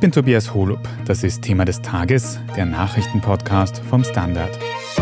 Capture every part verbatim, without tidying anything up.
Ich bin Tobias Holub. Das ist Thema des Tages, der Nachrichtenpodcast vom Standard.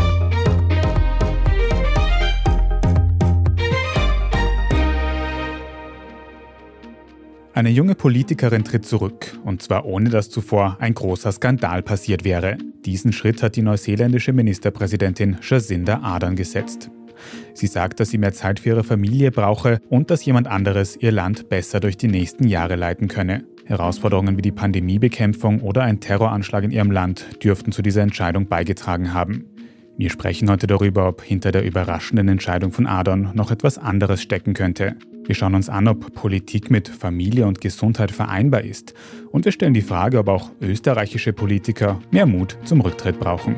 Eine junge Politikerin tritt zurück, und zwar ohne dass zuvor ein großer Skandal passiert wäre. Diesen Schritt hat die neuseeländische Ministerpräsidentin Jacinda Ardern gesetzt. Sie sagt, dass sie mehr Zeit für ihre Familie brauche und dass jemand anderes ihr Land besser durch die nächsten Jahre leiten könne. Herausforderungen wie die Pandemiebekämpfung oder ein Terroranschlag in ihrem Land dürften zu dieser Entscheidung beigetragen haben. Wir sprechen heute darüber, ob hinter der überraschenden Entscheidung von Ardern noch etwas anderes stecken könnte. Wir schauen uns an, ob Politik mit Familie und Gesundheit vereinbar ist. Und wir stellen die Frage, ob auch österreichische Politiker mehr Mut zum Rücktritt brauchen.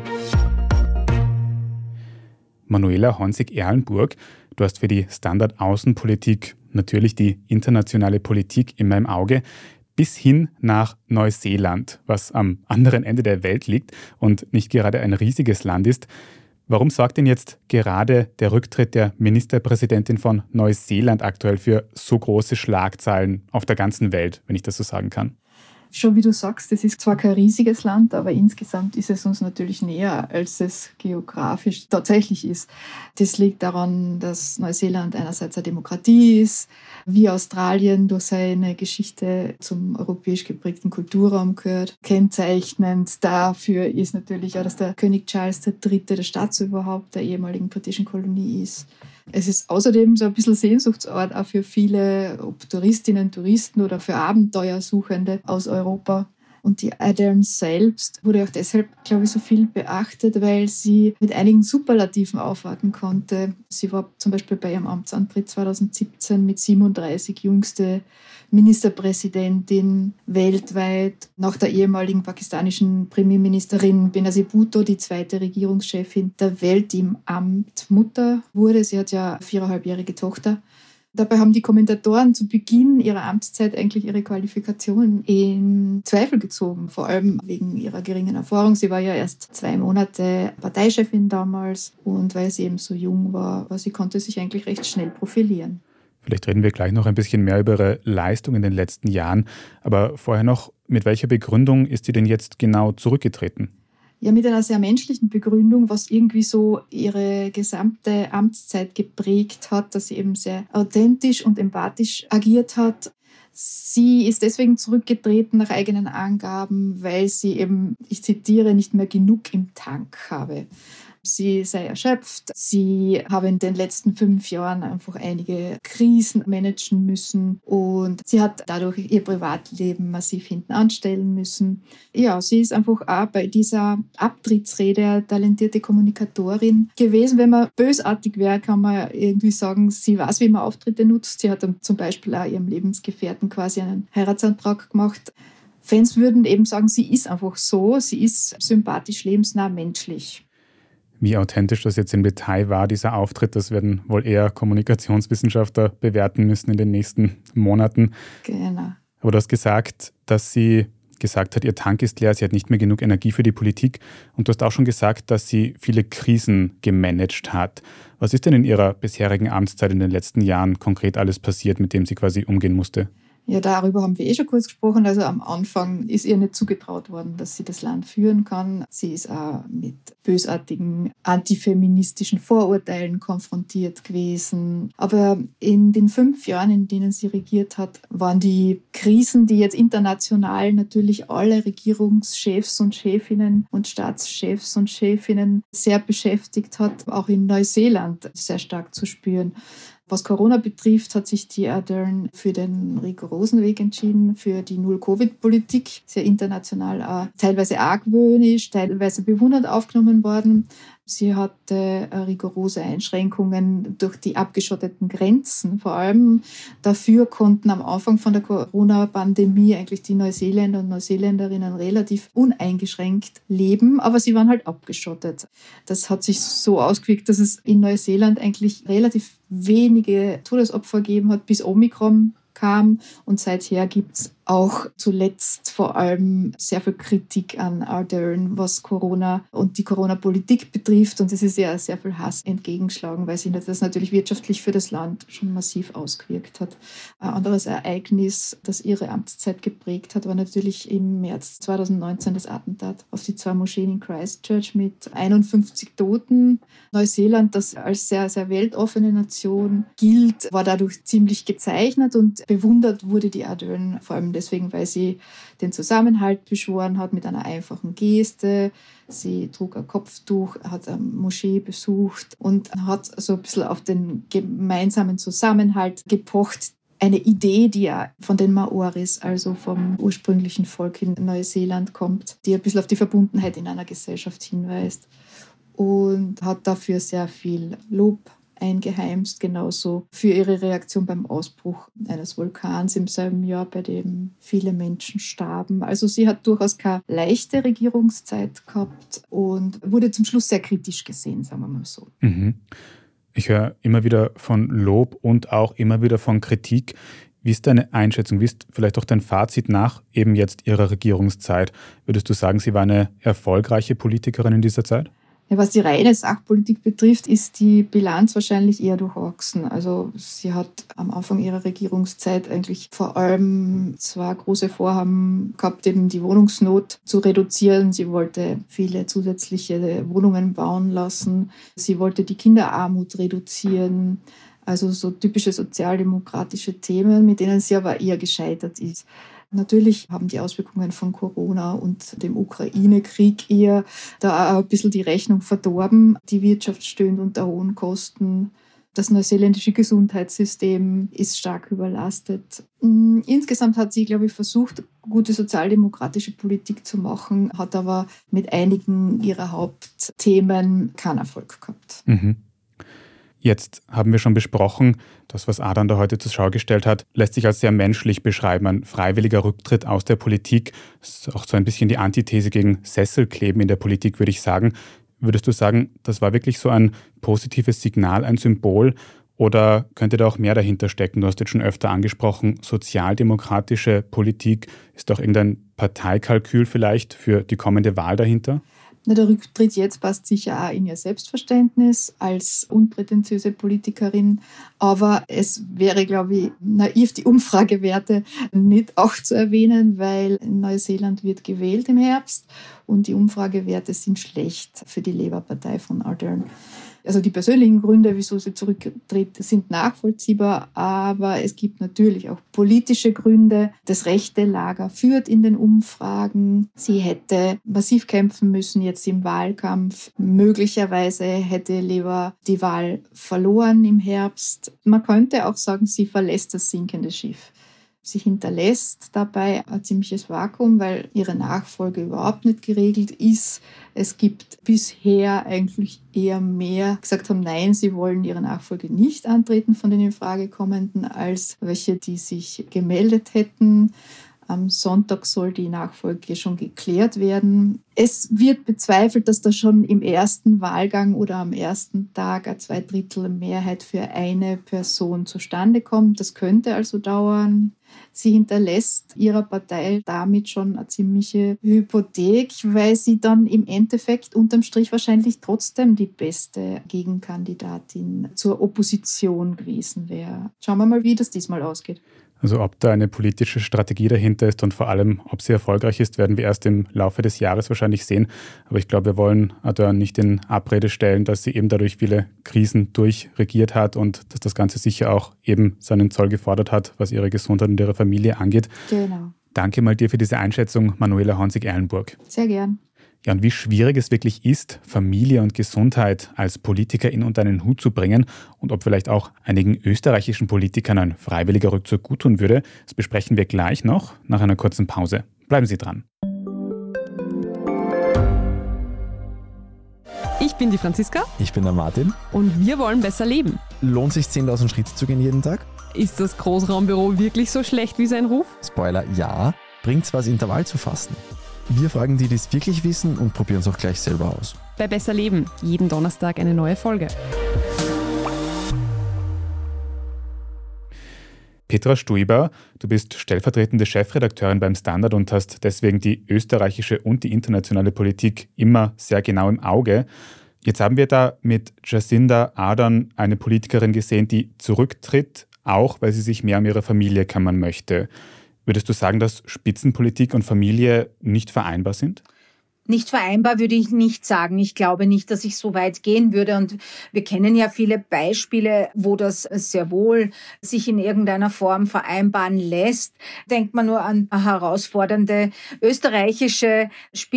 Manuela Honzig-Erlenburg, du hast für die Standard-Außenpolitik natürlich die internationale Politik immer im Auge, bis hin nach Neuseeland, was am anderen Ende der Welt liegt und nicht gerade ein riesiges Land ist. Warum sorgt denn jetzt gerade der Rücktritt der Ministerpräsidentin von Neuseeland aktuell für so große Schlagzeilen auf der ganzen Welt, wenn ich das so sagen kann? Schon wie du sagst, es ist zwar kein riesiges Land, aber insgesamt ist es uns natürlich näher, als es geografisch tatsächlich ist. Das liegt daran, dass Neuseeland einerseits eine Demokratie ist, wie Australien durch seine Geschichte zum europäisch geprägten Kulturraum gehört. Kennzeichnend dafür ist natürlich auch, dass der König Charles der Dritte der Staatsoberhaupt der ehemaligen britischen Kolonie ist. Es ist außerdem so ein bisschen Sehnsuchtsort auch für viele, ob Touristinnen, Touristen oder für Abenteuersuchende aus Europa. Und die Ardern selbst wurde auch deshalb, glaube ich, so viel beachtet, weil sie mit einigen Superlativen aufwarten konnte. Sie war zum Beispiel bei ihrem Amtsantritt zweitausendsiebzehn mit siebenunddreißig jüngste Ministerpräsidentin weltweit. Nach der ehemaligen pakistanischen Premierministerin Benazir Bhutto, die zweite Regierungschefin der Welt, die im Amt Mutter wurde. Sie hat ja eine viereinhalbjährige Tochter. Dabei haben die Kommentatoren zu Beginn ihrer Amtszeit eigentlich ihre Qualifikationen in Zweifel gezogen, vor allem wegen ihrer geringen Erfahrung. Sie war ja erst zwei Monate Parteichefin damals und weil sie eben so jung war, aber sie konnte sich eigentlich recht schnell profilieren. Vielleicht reden wir gleich noch ein bisschen mehr über ihre Leistung in den letzten Jahren, aber vorher noch, mit welcher Begründung ist sie denn jetzt genau zurückgetreten? Ja, mit einer sehr menschlichen Begründung, was irgendwie so ihre gesamte Amtszeit geprägt hat, dass sie eben sehr authentisch und empathisch agiert hat. Sie ist deswegen zurückgetreten nach eigenen Angaben, weil sie eben, ich zitiere, nicht mehr genug im Tank habe. Sie sei erschöpft, sie habe in den letzten fünf Jahren einfach einige Krisen managen müssen und sie hat dadurch ihr Privatleben massiv hinten anstellen müssen. Ja, sie ist einfach auch bei dieser Abtrittsrede eine talentierte Kommunikatorin gewesen. Wenn man bösartig wäre, kann man irgendwie sagen, sie weiß, wie man Auftritte nutzt. Sie hat dann zum Beispiel auch ihrem Lebensgefährten quasi einen Heiratsantrag gemacht. Fans würden eben sagen, sie ist einfach so, sie ist sympathisch, lebensnah, menschlich. Wie authentisch das jetzt im Detail war, dieser Auftritt, das werden wohl eher Kommunikationswissenschaftler bewerten müssen in den nächsten Monaten. Genau. Aber du hast gesagt, dass sie gesagt hat, ihr Tank ist leer, sie hat nicht mehr genug Energie für die Politik. Und du hast auch schon gesagt, dass sie viele Krisen gemanagt hat. Was ist denn in ihrer bisherigen Amtszeit in den letzten Jahren konkret alles passiert, mit dem sie quasi umgehen musste? Ja, darüber haben wir eh schon kurz gesprochen. Also am Anfang ist ihr nicht zugetraut worden, dass sie das Land führen kann. Sie ist auch mit bösartigen antifeministischen Vorurteilen konfrontiert gewesen. Aber in den fünf Jahren, in denen sie regiert hat, waren die Krisen, die jetzt international natürlich alle Regierungschefs und Chefinnen und Staatschefs und Chefinnen sehr beschäftigt hat, auch in Neuseeland sehr stark zu spüren. Was Corona betrifft, hat sich die Ardern für den rigorosen Weg entschieden, für die Null-Covid-Politik. Sehr international auch teilweise argwöhnisch, teilweise bewundernd aufgenommen worden. Sie hatte rigorose Einschränkungen durch die abgeschotteten Grenzen. Vor allem dafür konnten am Anfang von der Corona-Pandemie eigentlich die Neuseeländer und Neuseeländerinnen relativ uneingeschränkt leben, aber sie waren halt abgeschottet. Das hat sich so ausgewirkt, dass es in Neuseeland eigentlich relativ wenige Todesopfer gegeben hat, bis Omikron kam und seither gibt es auch zuletzt vor allem sehr viel Kritik an Ardern, was Corona und die Corona-Politik betrifft. Und es ist ja sehr viel Hass entgegengeschlagen, weil sich das natürlich wirtschaftlich für das Land schon massiv ausgewirkt hat. Ein anderes Ereignis, das ihre Amtszeit geprägt hat, war natürlich im März zweitausendneunzehn das Attentat auf die zwei Moscheen in Christchurch mit einundfünfzig Toten. Neuseeland, das als sehr, sehr weltoffene Nation gilt, war dadurch ziemlich gezeichnet und bewundert wurde die Ardern vor allem deswegen, weil sie den Zusammenhalt beschworen hat mit einer einfachen Geste. Sie trug ein Kopftuch, hat eine Moschee besucht und hat so ein bisschen auf den gemeinsamen Zusammenhalt gepocht. Eine Idee, die ja von den Maoris, also vom ursprünglichen Volk in Neuseeland kommt, die ein bisschen auf die Verbundenheit in einer Gesellschaft hinweist und hat dafür sehr viel Lob eingeheimst, genauso für ihre Reaktion beim Ausbruch eines Vulkans im selben Jahr, bei dem viele Menschen starben. Also sie hat durchaus keine leichte Regierungszeit gehabt und wurde zum Schluss sehr kritisch gesehen, sagen wir mal so. Mhm. Ich höre immer wieder von Lob und auch immer wieder von Kritik. Wie ist deine Einschätzung? Wie ist vielleicht auch dein Fazit nach eben jetzt ihrer Regierungszeit? Würdest du sagen, sie war eine erfolgreiche Politikerin in dieser Zeit? Ja, was die reine Sachpolitik betrifft, ist die Bilanz wahrscheinlich eher durchwachsen. Also sie hat am Anfang ihrer Regierungszeit eigentlich vor allem zwei große Vorhaben gehabt, eben die Wohnungsnot zu reduzieren. Sie wollte viele zusätzliche Wohnungen bauen lassen. Sie wollte die Kinderarmut reduzieren. Also so typische sozialdemokratische Themen, mit denen sie aber eher gescheitert ist. Natürlich haben die Auswirkungen von Corona und dem Ukraine-Krieg eher da auch ein bisschen die Rechnung verdorben. Die Wirtschaft stöhnt unter hohen Kosten. Das neuseeländische Gesundheitssystem ist stark überlastet. Insgesamt hat sie, glaube ich, versucht, gute sozialdemokratische Politik zu machen, hat aber mit einigen ihrer Hauptthemen keinen Erfolg gehabt. Mhm. Jetzt haben wir schon besprochen, das, was Ardern da heute zur Schau gestellt hat, lässt sich als sehr menschlich beschreiben. Ein freiwilliger Rücktritt aus der Politik. Das ist auch so ein bisschen die Antithese gegen Sesselkleben in der Politik, würde ich sagen. Würdest du sagen, das war wirklich so ein positives Signal, ein Symbol? Oder könnte da auch mehr dahinter stecken? Du hast jetzt schon öfter angesprochen, sozialdemokratische Politik. Ist doch irgendein Parteikalkül vielleicht für die kommende Wahl dahinter? Der Rücktritt jetzt passt sicher auch in ihr Selbstverständnis als unprätentiöse Politikerin. Aber es wäre, glaube ich, naiv, die Umfragewerte nicht auch zu erwähnen, weil in Neuseeland wird gewählt im Herbst und die Umfragewerte sind schlecht für die Labour-Partei von Ardern. Also die persönlichen Gründe, wieso sie zurücktritt, sind nachvollziehbar, aber es gibt natürlich auch politische Gründe. Das rechte Lager führt in den Umfragen. Sie hätte massiv kämpfen müssen jetzt im Wahlkampf. Möglicherweise hätte Labour die Wahl verloren im Herbst. Man könnte auch sagen, sie verlässt das sinkende Schiff. Sie hinterlässt dabei ein ziemliches Vakuum, weil ihre Nachfolge überhaupt nicht geregelt ist. Es gibt bisher eigentlich eher mehr gesagt haben, nein, sie wollen ihre Nachfolge nicht antreten von den in Frage kommenden, als welche, die sich gemeldet hätten. Am Sonntag soll die Nachfolge schon geklärt werden. Es wird bezweifelt, dass da schon im ersten Wahlgang oder am ersten Tag eine Zweidrittelmehrheit für eine Person zustande kommt. Das könnte also dauern. Sie hinterlässt ihrer Partei damit schon eine ziemliche Hypothek, weil sie dann im Endeffekt unterm Strich wahrscheinlich trotzdem die beste Gegenkandidatin zur Opposition gewesen wäre. Schauen wir mal, wie das diesmal ausgeht. Also ob da eine politische Strategie dahinter ist und vor allem, ob sie erfolgreich ist, werden wir erst im Laufe des Jahres wahrscheinlich sehen. Aber ich glaube, wir wollen Ardern nicht in Abrede stellen, dass sie eben dadurch viele Krisen durchregiert hat und dass das Ganze sicher auch eben seinen Zoll gefordert hat, was ihre Gesundheit und ihre Familie angeht. Genau. Danke mal dir für diese Einschätzung, Manuela Honzig-Erlenburg. Sehr gern. Ja, und wie schwierig es wirklich ist, Familie und Gesundheit als Politikerin unter einen Hut zu bringen und ob vielleicht auch einigen österreichischen Politikern ein freiwilliger Rückzug guttun würde, das besprechen wir gleich noch nach einer kurzen Pause. Bleiben Sie dran. Ich bin die Franziska. Ich bin der Martin. Und wir wollen besser leben. Lohnt sich zehntausend Schritte zu gehen jeden Tag? Ist das Großraumbüro wirklich so schlecht wie sein Ruf? Spoiler, ja. Bringt's was, Intervall zu fasten? Wir fragen die, die es wirklich wissen und probieren es auch gleich selber aus. Bei Besser Leben, jeden Donnerstag eine neue Folge. Petra Stuyber, du bist stellvertretende Chefredakteurin beim Standard und hast deswegen die österreichische und die internationale Politik immer sehr genau im Auge. Jetzt haben wir da mit Jacinda Ardern eine Politikerin gesehen, die zurücktritt, auch weil sie sich mehr um ihre Familie kümmern möchte. Würdest du sagen, dass Spitzenpolitik und Familie nicht vereinbar sind? Nicht vereinbar würde ich nicht sagen. Ich glaube nicht, dass ich so weit gehen würde. Und wir kennen ja viele Beispiele, wo das sehr wohl sich in irgendeiner Form vereinbaren lässt. Denkt man nur an herausfordernde österreichische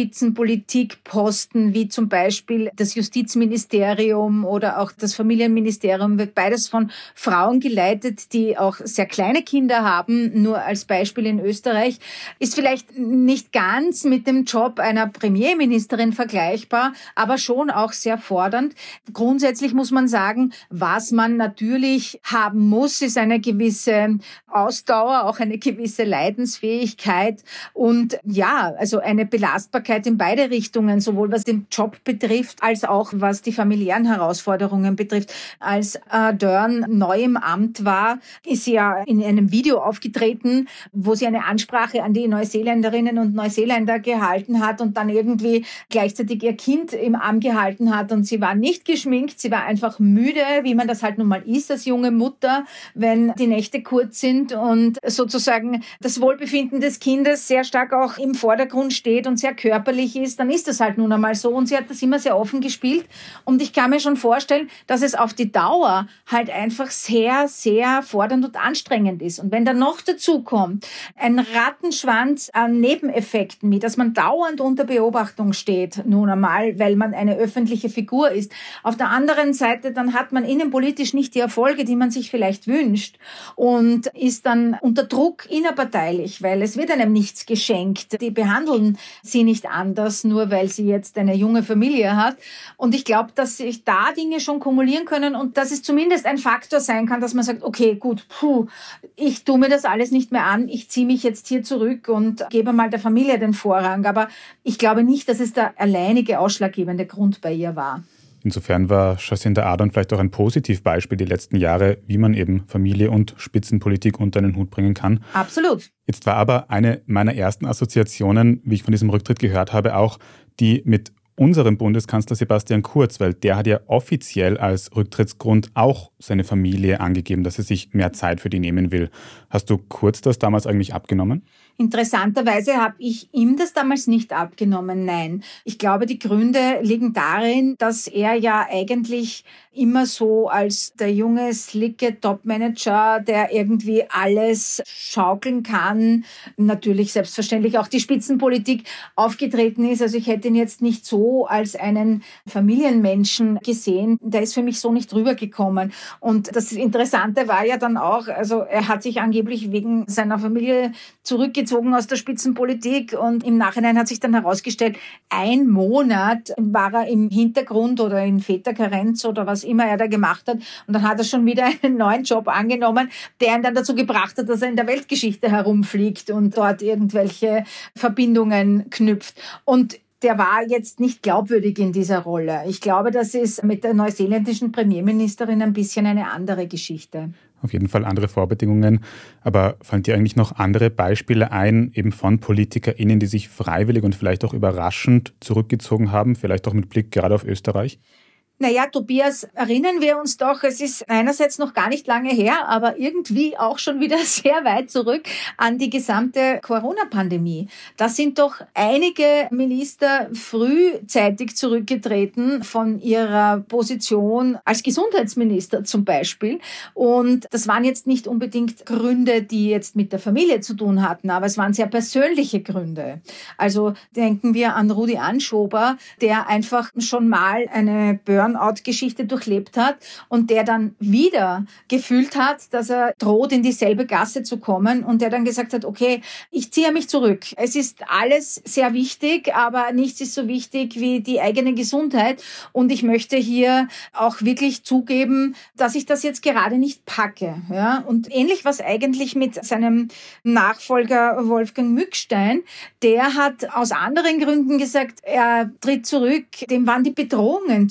Spitzenpolitikposten, wie zum Beispiel das Justizministerium oder auch das Familienministerium, wird beides von Frauen geleitet, die auch sehr kleine Kinder haben. Nur als Beispiel in Österreich ist vielleicht nicht ganz mit dem Job einer Premierministerin Premierministerin vergleichbar, aber schon auch sehr fordernd. Grundsätzlich muss man sagen, was man natürlich haben muss, ist eine gewisse Ausdauer, auch eine gewisse Leidensfähigkeit und ja, also eine Belastbarkeit in beide Richtungen, sowohl was den Job betrifft, als auch was die familiären Herausforderungen betrifft. Als Ardern neu im Amt war, ist sie ja in einem Video aufgetreten, wo sie eine Ansprache an die Neuseeländerinnen und Neuseeländer gehalten hat und dann irgendwie irgendwie gleichzeitig ihr Kind im Arm gehalten hat und sie war nicht geschminkt, sie war einfach müde, wie man das halt nun mal ist als junge Mutter, wenn die Nächte kurz sind und sozusagen das Wohlbefinden des Kindes sehr stark auch im Vordergrund steht und sehr körperlich ist, dann ist das halt nun einmal so und sie hat das immer sehr offen gespielt und ich kann mir schon vorstellen, dass es auf die Dauer halt einfach sehr, sehr fordernd und anstrengend ist und wenn dann noch dazu kommt, ein Rattenschwanz an Nebeneffekten, wie dass man dauernd unter Beobachtung steht, nun einmal, weil man eine öffentliche Figur ist. Auf der anderen Seite, dann hat man innenpolitisch nicht die Erfolge, die man sich vielleicht wünscht und ist dann unter Druck innerparteilich, weil es wird einem nichts geschenkt. Die behandeln sie nicht anders, nur weil sie jetzt eine junge Familie hat. Und ich glaube, dass sich da Dinge schon kumulieren können und dass es zumindest ein Faktor sein kann, dass man sagt, okay, gut, puh, ich tue mir das alles nicht mehr an, ich ziehe mich jetzt hier zurück und gebe mal der Familie den Vorrang. Aber ich glaube nicht, dass es der alleinige ausschlaggebende Grund bei ihr war. Insofern war Jacinda Ardern vielleicht auch ein Positivbeispiel die letzten Jahre, wie man eben Familie und Spitzenpolitik unter einen Hut bringen kann. Absolut. Jetzt war aber eine meiner ersten Assoziationen, wie ich von diesem Rücktritt gehört habe, auch die mit unserem Bundeskanzler Sebastian Kurz, weil der hat ja offiziell als Rücktrittsgrund auch seine Familie angegeben, dass er sich mehr Zeit für die nehmen will. Hast du Kurz das damals eigentlich abgenommen? Interessanterweise habe ich ihm das damals nicht abgenommen, nein. Ich glaube, die Gründe liegen darin, dass er ja eigentlich immer so als der junge, slicke Topmanager, der irgendwie alles schaukeln kann, natürlich selbstverständlich auch die Spitzenpolitik aufgetreten ist. Also ich hätte ihn jetzt nicht so als einen Familienmenschen gesehen. Der ist für mich so nicht rübergekommen. Und das Interessante war ja dann auch, also er hat sich angeblich wegen seiner Familie zurückgezogen aus der Spitzenpolitik und im Nachhinein hat sich dann herausgestellt, ein Monat war er im Hintergrund oder in Väterkarenz oder was immer er da gemacht hat und dann hat er schon wieder einen neuen Job angenommen, der ihn dann dazu gebracht hat, dass er in der Weltgeschichte herumfliegt und dort irgendwelche Verbindungen knüpft. Und der war jetzt nicht glaubwürdig in dieser Rolle. Ich glaube, das ist mit der neuseeländischen Premierministerin ein bisschen eine andere Geschichte. Auf jeden Fall andere Vorbedingungen. Aber fallen dir eigentlich noch andere Beispiele ein, eben von PolitikerInnen, die sich freiwillig und vielleicht auch überraschend zurückgezogen haben, vielleicht auch mit Blick gerade auf Österreich? Naja, Tobias, erinnern wir uns doch, es ist einerseits noch gar nicht lange her, aber irgendwie auch schon wieder sehr weit zurück an die gesamte Corona-Pandemie. Da sind doch einige Minister frühzeitig zurückgetreten von ihrer Position als Gesundheitsminister zum Beispiel. Und das waren jetzt nicht unbedingt Gründe, die jetzt mit der Familie zu tun hatten, aber es waren sehr persönliche Gründe. Also denken wir an Rudi Anschober, der einfach schon mal eine Burn Burnout-Geschichte durchlebt hat und der dann wieder gefühlt hat, dass er droht, in dieselbe Gasse zu kommen und der dann gesagt hat, okay, ich ziehe mich zurück. Es ist alles sehr wichtig, aber nichts ist so wichtig wie die eigene Gesundheit und ich möchte hier auch wirklich zugeben, dass ich das jetzt gerade nicht packe. Ja? Und ähnlich was eigentlich mit seinem Nachfolger Wolfgang Mückstein, der hat aus anderen Gründen gesagt, er tritt zurück, dem waren die Bedrohungen zu viel.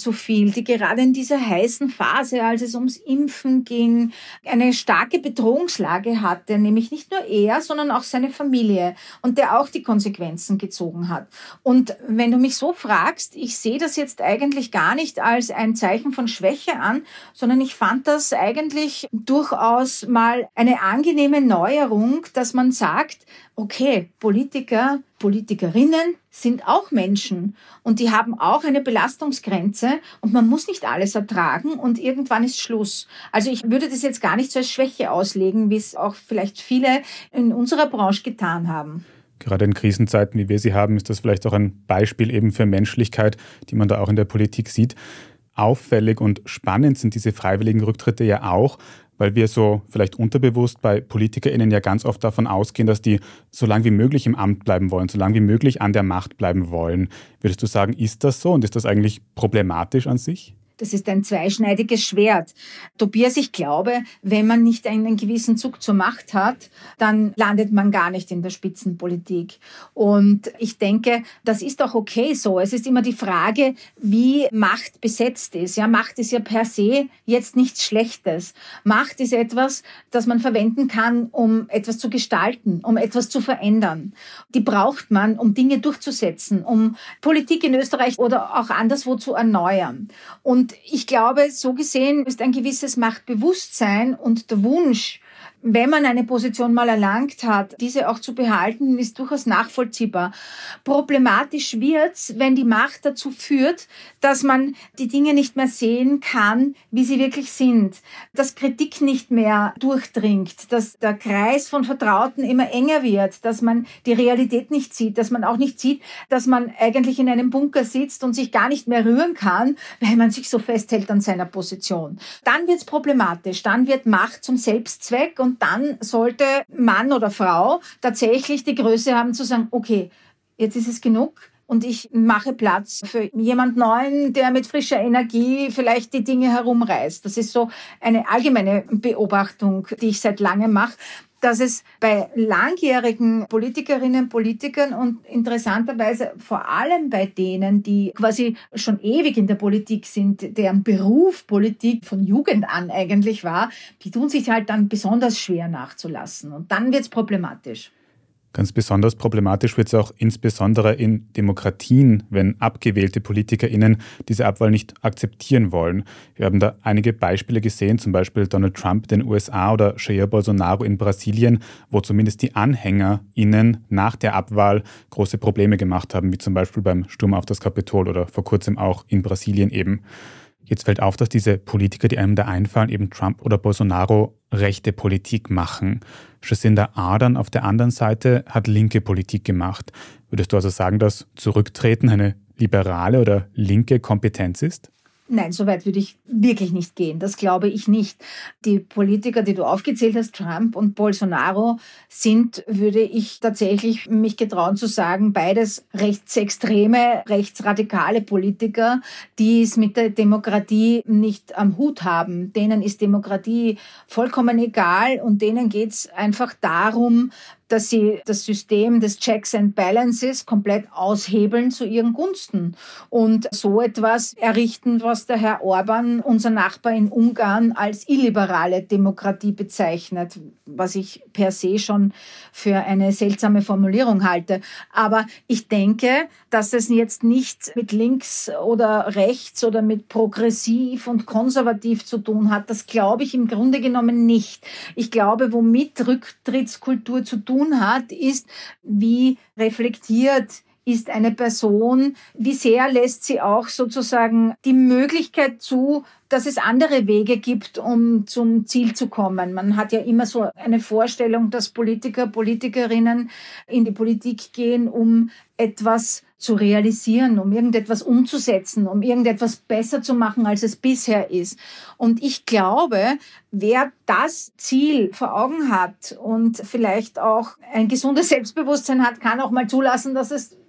gespielt, die gerade in dieser heißen Phase, als es ums Impfen ging, eine starke Bedrohungslage hatte, nämlich nicht nur er, sondern auch seine Familie und der auch die Konsequenzen gezogen hat. Und wenn du mich so fragst, ich sehe das jetzt eigentlich gar nicht als ein Zeichen von Schwäche an, sondern ich fand das eigentlich durchaus mal eine angenehme Neuerung, dass man sagt, okay, Politiker, Politikerinnen sind auch Menschen und die haben auch eine Belastungsgrenze und man muss nicht alles ertragen und irgendwann ist Schluss. Also ich würde das jetzt gar nicht so als Schwäche auslegen, wie es auch vielleicht viele in unserer Branche getan haben. Gerade in Krisenzeiten, wie wir sie haben, ist das vielleicht auch ein Beispiel eben für Menschlichkeit, die man da auch in der Politik sieht. Auffällig und spannend sind diese freiwilligen Rücktritte ja auch, weil wir so vielleicht unterbewusst bei PolitikerInnen ja ganz oft davon ausgehen, dass die so lange wie möglich im Amt bleiben wollen, so lange wie möglich an der Macht bleiben wollen. Würdest du sagen, ist das so und ist das eigentlich problematisch an sich? Das ist ein zweischneidiges Schwert. Tobias, ich glaube, wenn man nicht einen gewissen Zug zur Macht hat, dann landet man gar nicht in der Spitzenpolitik. Und ich denke, das ist auch okay so. Es ist immer die Frage, wie Macht besetzt ist. Ja, Macht ist ja per se jetzt nichts Schlechtes. Macht ist etwas, das man verwenden kann, um etwas zu gestalten, um etwas zu verändern. Die braucht man, um Dinge durchzusetzen, um Politik in Österreich oder auch anderswo zu erneuern. Und Und ich glaube, so gesehen ist ein gewisses Machtbewusstsein und der Wunsch, wenn man eine Position mal erlangt hat, diese auch zu behalten, ist durchaus nachvollziehbar. Problematisch wird's, wenn die Macht dazu führt, dass man die Dinge nicht mehr sehen kann, wie sie wirklich sind, dass Kritik nicht mehr durchdringt, dass der Kreis von Vertrauten immer enger wird, dass man die Realität nicht sieht, dass man auch nicht sieht, dass man eigentlich in einem Bunker sitzt und sich gar nicht mehr rühren kann, weil man sich so festhält an seiner Position. Dann wird's problematisch, dann wird Macht zum Selbstzweck und dann sollte Mann oder Frau tatsächlich die Größe haben zu sagen, okay, jetzt ist es genug und ich mache Platz für jemand Neuen, der mit frischer Energie vielleicht die Dinge herumreißt. Das ist so eine allgemeine Beobachtung, die ich seit langem mache, dass es bei langjährigen Politikerinnen und Politikern und interessanterweise vor allem bei denen, die quasi schon ewig in der Politik sind, deren Beruf Politik von Jugend an eigentlich war, die tun sich halt dann besonders schwer nachzulassen. Und dann wird es problematisch. Ganz besonders problematisch wird es auch insbesondere in Demokratien, wenn abgewählte PolitikerInnen diese Abwahl nicht akzeptieren wollen. Wir haben da einige Beispiele gesehen, zum Beispiel Donald Trump in den U S A oder Jair Bolsonaro in Brasilien, wo zumindest die AnhängerInnen nach der Abwahl große Probleme gemacht haben, wie zum Beispiel beim Sturm auf das Kapitol oder vor kurzem auch in Brasilien eben. Jetzt fällt auf, dass diese Politiker, die einem da einfallen, eben Trump oder Bolsonaro, rechte Politik machen. Jacinda Ardern auf der anderen Seite hat linke Politik gemacht. Würdest du also sagen, dass Zurücktreten eine liberale oder linke Kompetenz ist? Nein, so weit würde ich wirklich nicht gehen. Das glaube ich nicht. Die Politiker, die du aufgezählt hast, Trump und Bolsonaro, sind, würde ich tatsächlich mich getrauen zu sagen, beides rechtsextreme, rechtsradikale Politiker, die es mit der Demokratie nicht am Hut haben. Denen ist Demokratie vollkommen egal und denen geht es einfach darum, dass sie das System des Checks and Balances komplett aushebeln zu ihren Gunsten und so etwas errichten, was der Herr Orban, unser Nachbar in Ungarn, als illiberale Demokratie bezeichnet, was ich per se schon für eine seltsame Formulierung halte. Aber ich denke, dass es jetzt nichts mit links oder rechts oder mit progressiv und konservativ zu tun hat. Das glaube ich im Grunde genommen nicht. Ich glaube, womit Rücktrittskultur zu tun hat, ist, wie reflektiert ist eine Person, wie sehr lässt sie auch sozusagen die Möglichkeit zu, dass es andere Wege gibt, um zum Ziel zu kommen. Man hat ja immer so eine Vorstellung, dass Politiker, Politikerinnen in die Politik gehen, um etwas zu realisieren, um irgendetwas umzusetzen, um irgendetwas besser zu machen, als es bisher ist. Und ich glaube, wer das Ziel vor Augen hat und vielleicht auch ein gesundes Selbstbewusstsein hat, kann auch mal zulassen, dass es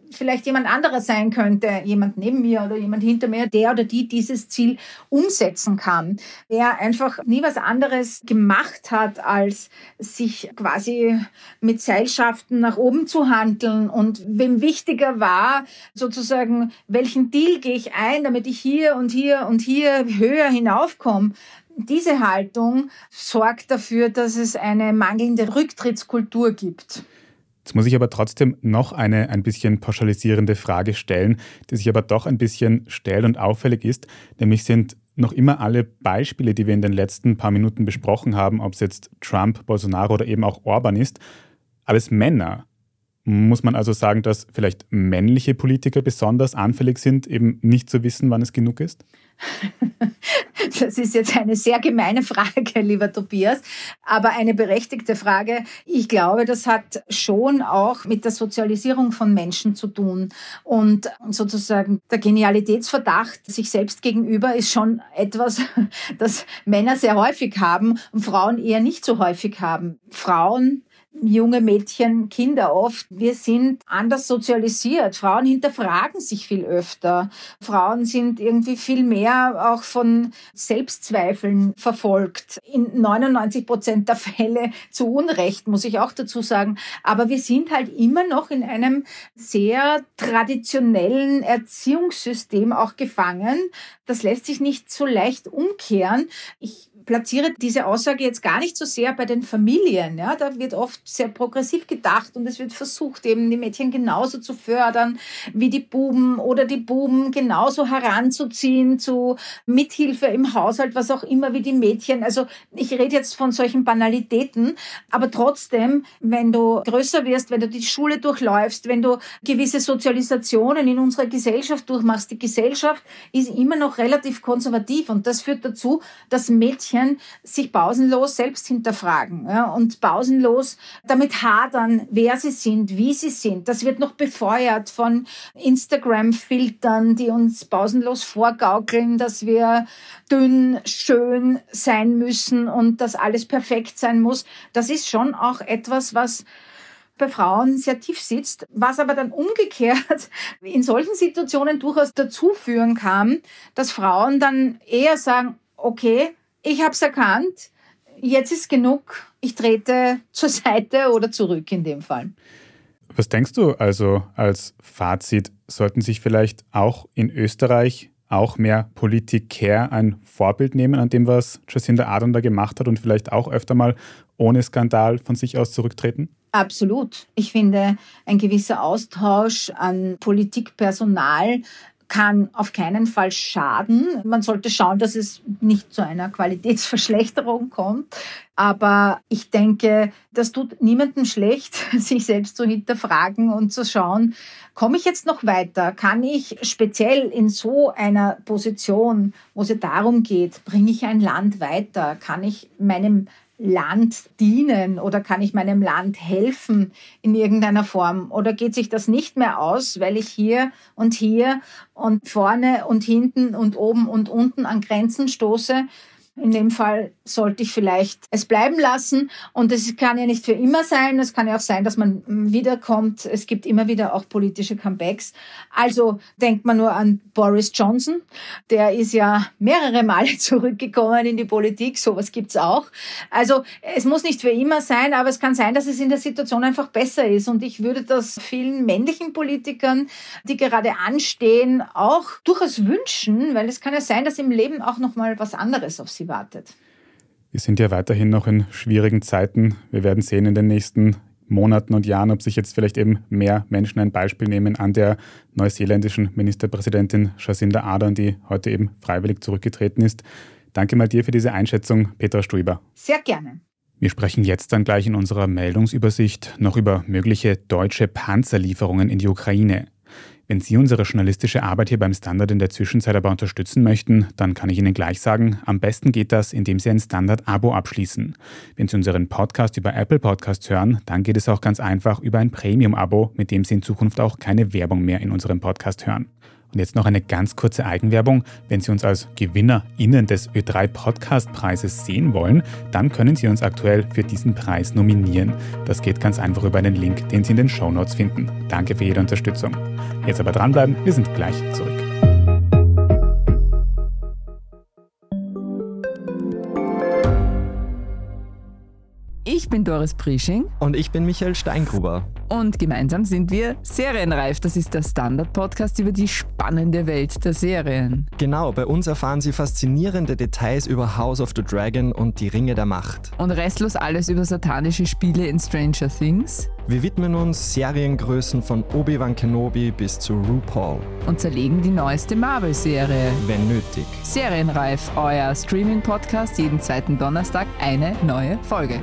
vielleicht jemand anderer sein könnte, jemand neben mir oder jemand hinter mir, der oder die dieses Ziel umsetzen kann, der einfach nie was anderes gemacht hat, als sich quasi mit Seilschaften nach oben zu handeln und wem wichtiger war, sozusagen, welchen Deal gehe ich ein, damit ich hier und hier und hier höher hinaufkomme. Diese Haltung sorgt dafür, dass es eine mangelnde Rücktrittskultur gibt. Jetzt muss ich aber trotzdem noch eine ein bisschen pauschalisierende Frage stellen, die sich aber doch ein bisschen stellt und auffällig ist. Nämlich sind noch immer alle Beispiele, die wir in den letzten paar Minuten besprochen haben, ob es jetzt Trump, Bolsonaro oder eben auch Orban ist, alles Männer. Muss man also sagen, dass vielleicht männliche Politiker besonders anfällig sind, eben nicht zu wissen, wann es genug ist? Das ist jetzt eine sehr gemeine Frage, lieber Tobias, aber eine berechtigte Frage. Ich glaube, das hat schon auch mit der Sozialisierung von Menschen zu tun. Und sozusagen der Genialitätsverdacht sich selbst gegenüber ist schon etwas, das Männer sehr häufig haben und Frauen eher nicht so häufig haben. Frauen, junge Mädchen, Kinder oft, wir sind anders sozialisiert. Frauen hinterfragen sich viel öfter. Frauen sind irgendwie viel mehr auch von Selbstzweifeln verfolgt. In neunundneunzig Prozent der Fälle zu Unrecht, muss ich auch dazu sagen. Aber wir sind halt immer noch in einem sehr traditionellen Erziehungssystem auch gefangen. Das lässt sich nicht so leicht umkehren. Ich platziere diese Aussage jetzt gar nicht so sehr bei den Familien. Ja, da wird oft sehr progressiv gedacht und es wird versucht, eben die Mädchen genauso zu fördern wie die Buben oder die Buben genauso heranzuziehen zu Mithilfe im Haushalt, was auch immer wie die Mädchen. Also ich rede jetzt von solchen Banalitäten, aber trotzdem, wenn du größer wirst, wenn du die Schule durchläufst, wenn du gewisse Sozialisationen in unserer Gesellschaft durchmachst, die Gesellschaft ist immer noch relativ konservativ und das führt dazu, dass Mädchen sich pausenlos selbst hinterfragen, ja, und pausenlos damit hadern, wer sie sind, wie sie sind. Das wird noch befeuert von Instagram-Filtern, die uns pausenlos vorgaukeln, dass wir dünn, schön sein müssen und dass alles perfekt sein muss. Das ist schon auch etwas, was bei Frauen sehr tief sitzt, was aber dann umgekehrt in solchen Situationen durchaus dazu führen kann, dass Frauen dann eher sagen, okay, ich habe es erkannt, jetzt ist genug, ich trete zur Seite oder zurück in dem Fall. Was denkst du also als Fazit, sollten sich vielleicht auch in Österreich auch mehr Politiker ein Vorbild nehmen an dem, was Jacinda Ardern da gemacht hat und vielleicht auch öfter mal ohne Skandal von sich aus zurücktreten? Absolut. Ich finde, ein gewisser Austausch an Politikpersonal kann auf keinen Fall schaden. Man sollte schauen, dass es nicht zu einer Qualitätsverschlechterung kommt. Aber ich denke, das tut niemandem schlecht, sich selbst zu hinterfragen und zu schauen, komme ich jetzt noch weiter? Kann ich speziell in so einer Position, wo es darum geht, bringe ich ein Land weiter? Kann ich meinem Land dienen oder kann ich meinem Land helfen in irgendeiner Form? Oder geht sich das nicht mehr aus, weil ich hier und hier und vorne und hinten und oben und unten an Grenzen stoße? In dem Fall sollte ich vielleicht es bleiben lassen. Und es kann ja nicht für immer sein. Es kann ja auch sein, dass man wiederkommt. Es gibt immer wieder auch politische Comebacks. Also denkt man nur an Boris Johnson. Der ist ja mehrere Male zurückgekommen in die Politik. Sowas gibt's auch. Also es muss nicht für immer sein, aber es kann sein, dass es in der Situation einfach besser ist. Und ich würde das vielen männlichen Politikern, die gerade anstehen, auch durchaus wünschen, weil es kann ja sein, dass im Leben auch noch mal was anderes auf sie wartet. Wir sind ja weiterhin noch in schwierigen Zeiten. Wir werden sehen in den nächsten Monaten und Jahren, ob sich jetzt vielleicht eben mehr Menschen ein Beispiel nehmen an der neuseeländischen Ministerpräsidentin Jacinda Ardern, die heute eben freiwillig zurückgetreten ist. Danke mal dir für diese Einschätzung, Petra Stuiber. Sehr gerne. Wir sprechen jetzt dann gleich in unserer Meldungsübersicht noch über mögliche deutsche Panzerlieferungen in die Ukraine. Wenn Sie unsere journalistische Arbeit hier beim Standard in der Zwischenzeit aber unterstützen möchten, dann kann ich Ihnen gleich sagen, am besten geht das, indem Sie ein Standard-Abo abschließen. Wenn Sie unseren Podcast über Apple Podcasts hören, dann geht es auch ganz einfach über ein Premium-Abo, mit dem Sie in Zukunft auch keine Werbung mehr in unserem Podcast hören. Und jetzt noch eine ganz kurze Eigenwerbung. Wenn Sie uns als GewinnerInnen des Ö drei Podcast-Preises sehen wollen, dann können Sie uns aktuell für diesen Preis nominieren. Das geht ganz einfach über einen Link, den Sie in den Shownotes finden. Danke für jede Unterstützung. Jetzt aber dranbleiben, wir sind gleich zurück. Ich bin Doris Prisching. Und ich bin Michael Steingruber. Und gemeinsam sind wir Serienreif. Das ist der Standard-Podcast über die spannende Welt der Serien. Genau, bei uns erfahren Sie faszinierende Details über House of the Dragon und die Ringe der Macht. Und restlos alles über satanische Spiele in Stranger Things. Wir widmen uns Seriengrößen von Obi-Wan Kenobi bis zu RuPaul. Und zerlegen die neueste Marvel-Serie. Wenn nötig. Serienreif, euer Streaming-Podcast, jeden zweiten Donnerstag eine neue Folge.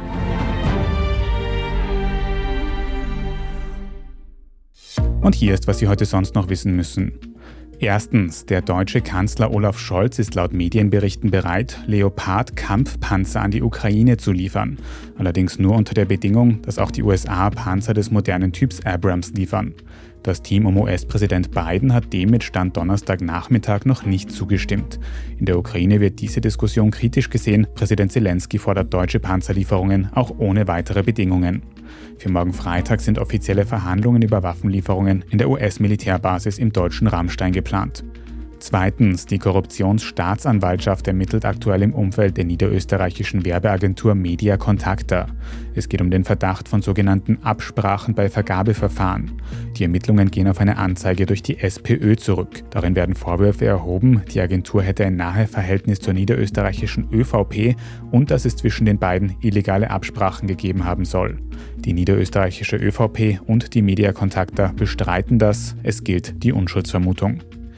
Und hier ist, was Sie heute sonst noch wissen müssen. Erstens, der deutsche Kanzler Olaf Scholz ist laut Medienberichten bereit, Leopard-Kampfpanzer an die Ukraine zu liefern. Allerdings nur unter der Bedingung, dass auch die U S A Panzer des modernen Typs Abrams liefern. Das Team um U S-Präsident Biden hat dem mit Stand Donnerstagnachmittag noch nicht zugestimmt. In der Ukraine wird diese Diskussion kritisch gesehen. Präsident Zelensky fordert deutsche Panzerlieferungen auch ohne weitere Bedingungen. Für morgen Freitag sind offizielle Verhandlungen über Waffenlieferungen in der U S-Militärbasis im deutschen Rammstein geplant. Zweitens, die Korruptionsstaatsanwaltschaft ermittelt aktuell im Umfeld der niederösterreichischen Werbeagentur Mediacontacta. Es geht um den Verdacht von sogenannten Absprachen bei Vergabeverfahren. Die Ermittlungen gehen auf eine Anzeige durch die SPÖ zurück. Darin werden Vorwürfe erhoben, die Agentur hätte ein nahe Verhältnis zur niederösterreichischen ÖVP und dass es zwischen den beiden illegale Absprachen gegeben haben soll. Die niederösterreichische ÖVP und die Mediacontacta bestreiten das. Es gilt die Unschuldsvermutung.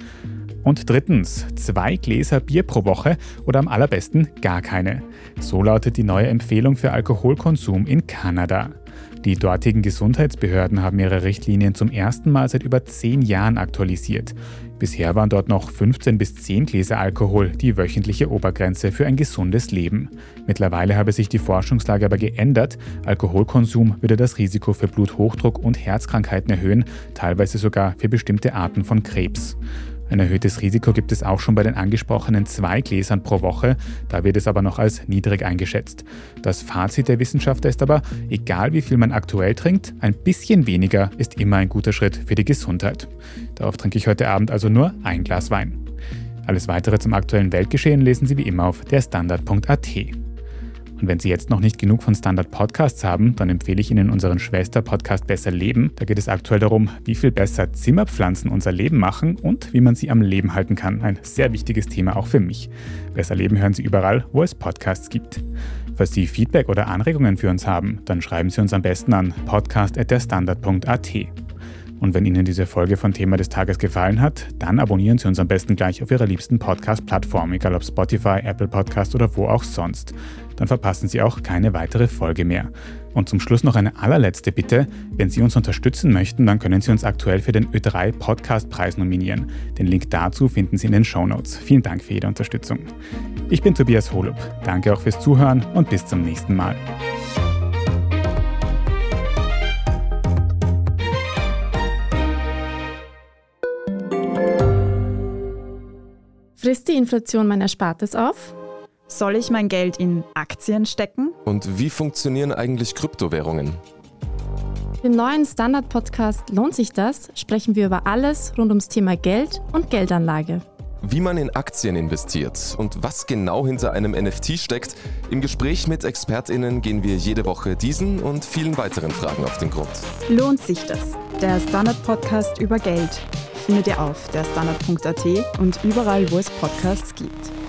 Und drittens, zwei Gläser Bier pro Woche oder am allerbesten gar keine. So lautet die neue Empfehlung für Alkoholkonsum in Kanada. Die dortigen Gesundheitsbehörden haben ihre Richtlinien zum ersten Mal seit über zehn Jahren aktualisiert. Bisher waren dort noch fünfzehn bis zehn Gläser Alkohol die wöchentliche Obergrenze für ein gesundes Leben. Mittlerweile habe sich die Forschungslage aber geändert. Alkoholkonsum würde das Risiko für Bluthochdruck und Herzkrankheiten erhöhen, teilweise sogar für bestimmte Arten von Krebs. Ein erhöhtes Risiko gibt es auch schon bei den angesprochenen zwei Gläsern pro Woche, da wird es aber noch als niedrig eingeschätzt. Das Fazit der Wissenschaftler ist aber, egal wie viel man aktuell trinkt, ein bisschen weniger ist immer ein guter Schritt für die Gesundheit. Darauf trinke ich heute Abend also nur ein Glas Wein. Alles weitere zum aktuellen Weltgeschehen lesen Sie wie immer auf der standard punkt a t. Und wenn Sie jetzt noch nicht genug von Standard-Podcasts haben, dann empfehle ich Ihnen unseren Schwester-Podcast Besser Leben. Da geht es aktuell darum, wie viel besser Zimmerpflanzen unser Leben machen und wie man sie am Leben halten kann. Ein sehr wichtiges Thema auch für mich. Besser Leben hören Sie überall, wo es Podcasts gibt. Falls Sie Feedback oder Anregungen für uns haben, dann schreiben Sie uns am besten an podcast at der standard punkt a t. Und wenn Ihnen diese Folge von Thema des Tages gefallen hat, dann abonnieren Sie uns am besten gleich auf Ihrer liebsten Podcast-Plattform, egal ob Spotify, Apple Podcast oder wo auch sonst. Dann verpassen Sie auch keine weitere Folge mehr. Und zum Schluss noch eine allerletzte Bitte. Wenn Sie uns unterstützen möchten, dann können Sie uns aktuell für den Ö drei Podcast-Preis nominieren. Den Link dazu finden Sie in den Shownotes. Vielen Dank für Ihre Unterstützung. Ich bin Tobias Holub. Danke auch fürs Zuhören und bis zum nächsten Mal. Frisst die Inflation mein Erspartes auf? Soll ich mein Geld in Aktien stecken? Und wie funktionieren eigentlich Kryptowährungen? Im neuen Standard-Podcast Lohnt sich das? Sprechen wir über alles rund ums Thema Geld und Geldanlage. Wie man in Aktien investiert und was genau hinter einem N F T steckt. Im Gespräch mit ExpertInnen gehen wir jede Woche diesen und vielen weiteren Fragen auf den Grund. Lohnt sich das? Der Standard-Podcast über Geld findet ihr auf der standard punkt a t und überall, wo es Podcasts gibt.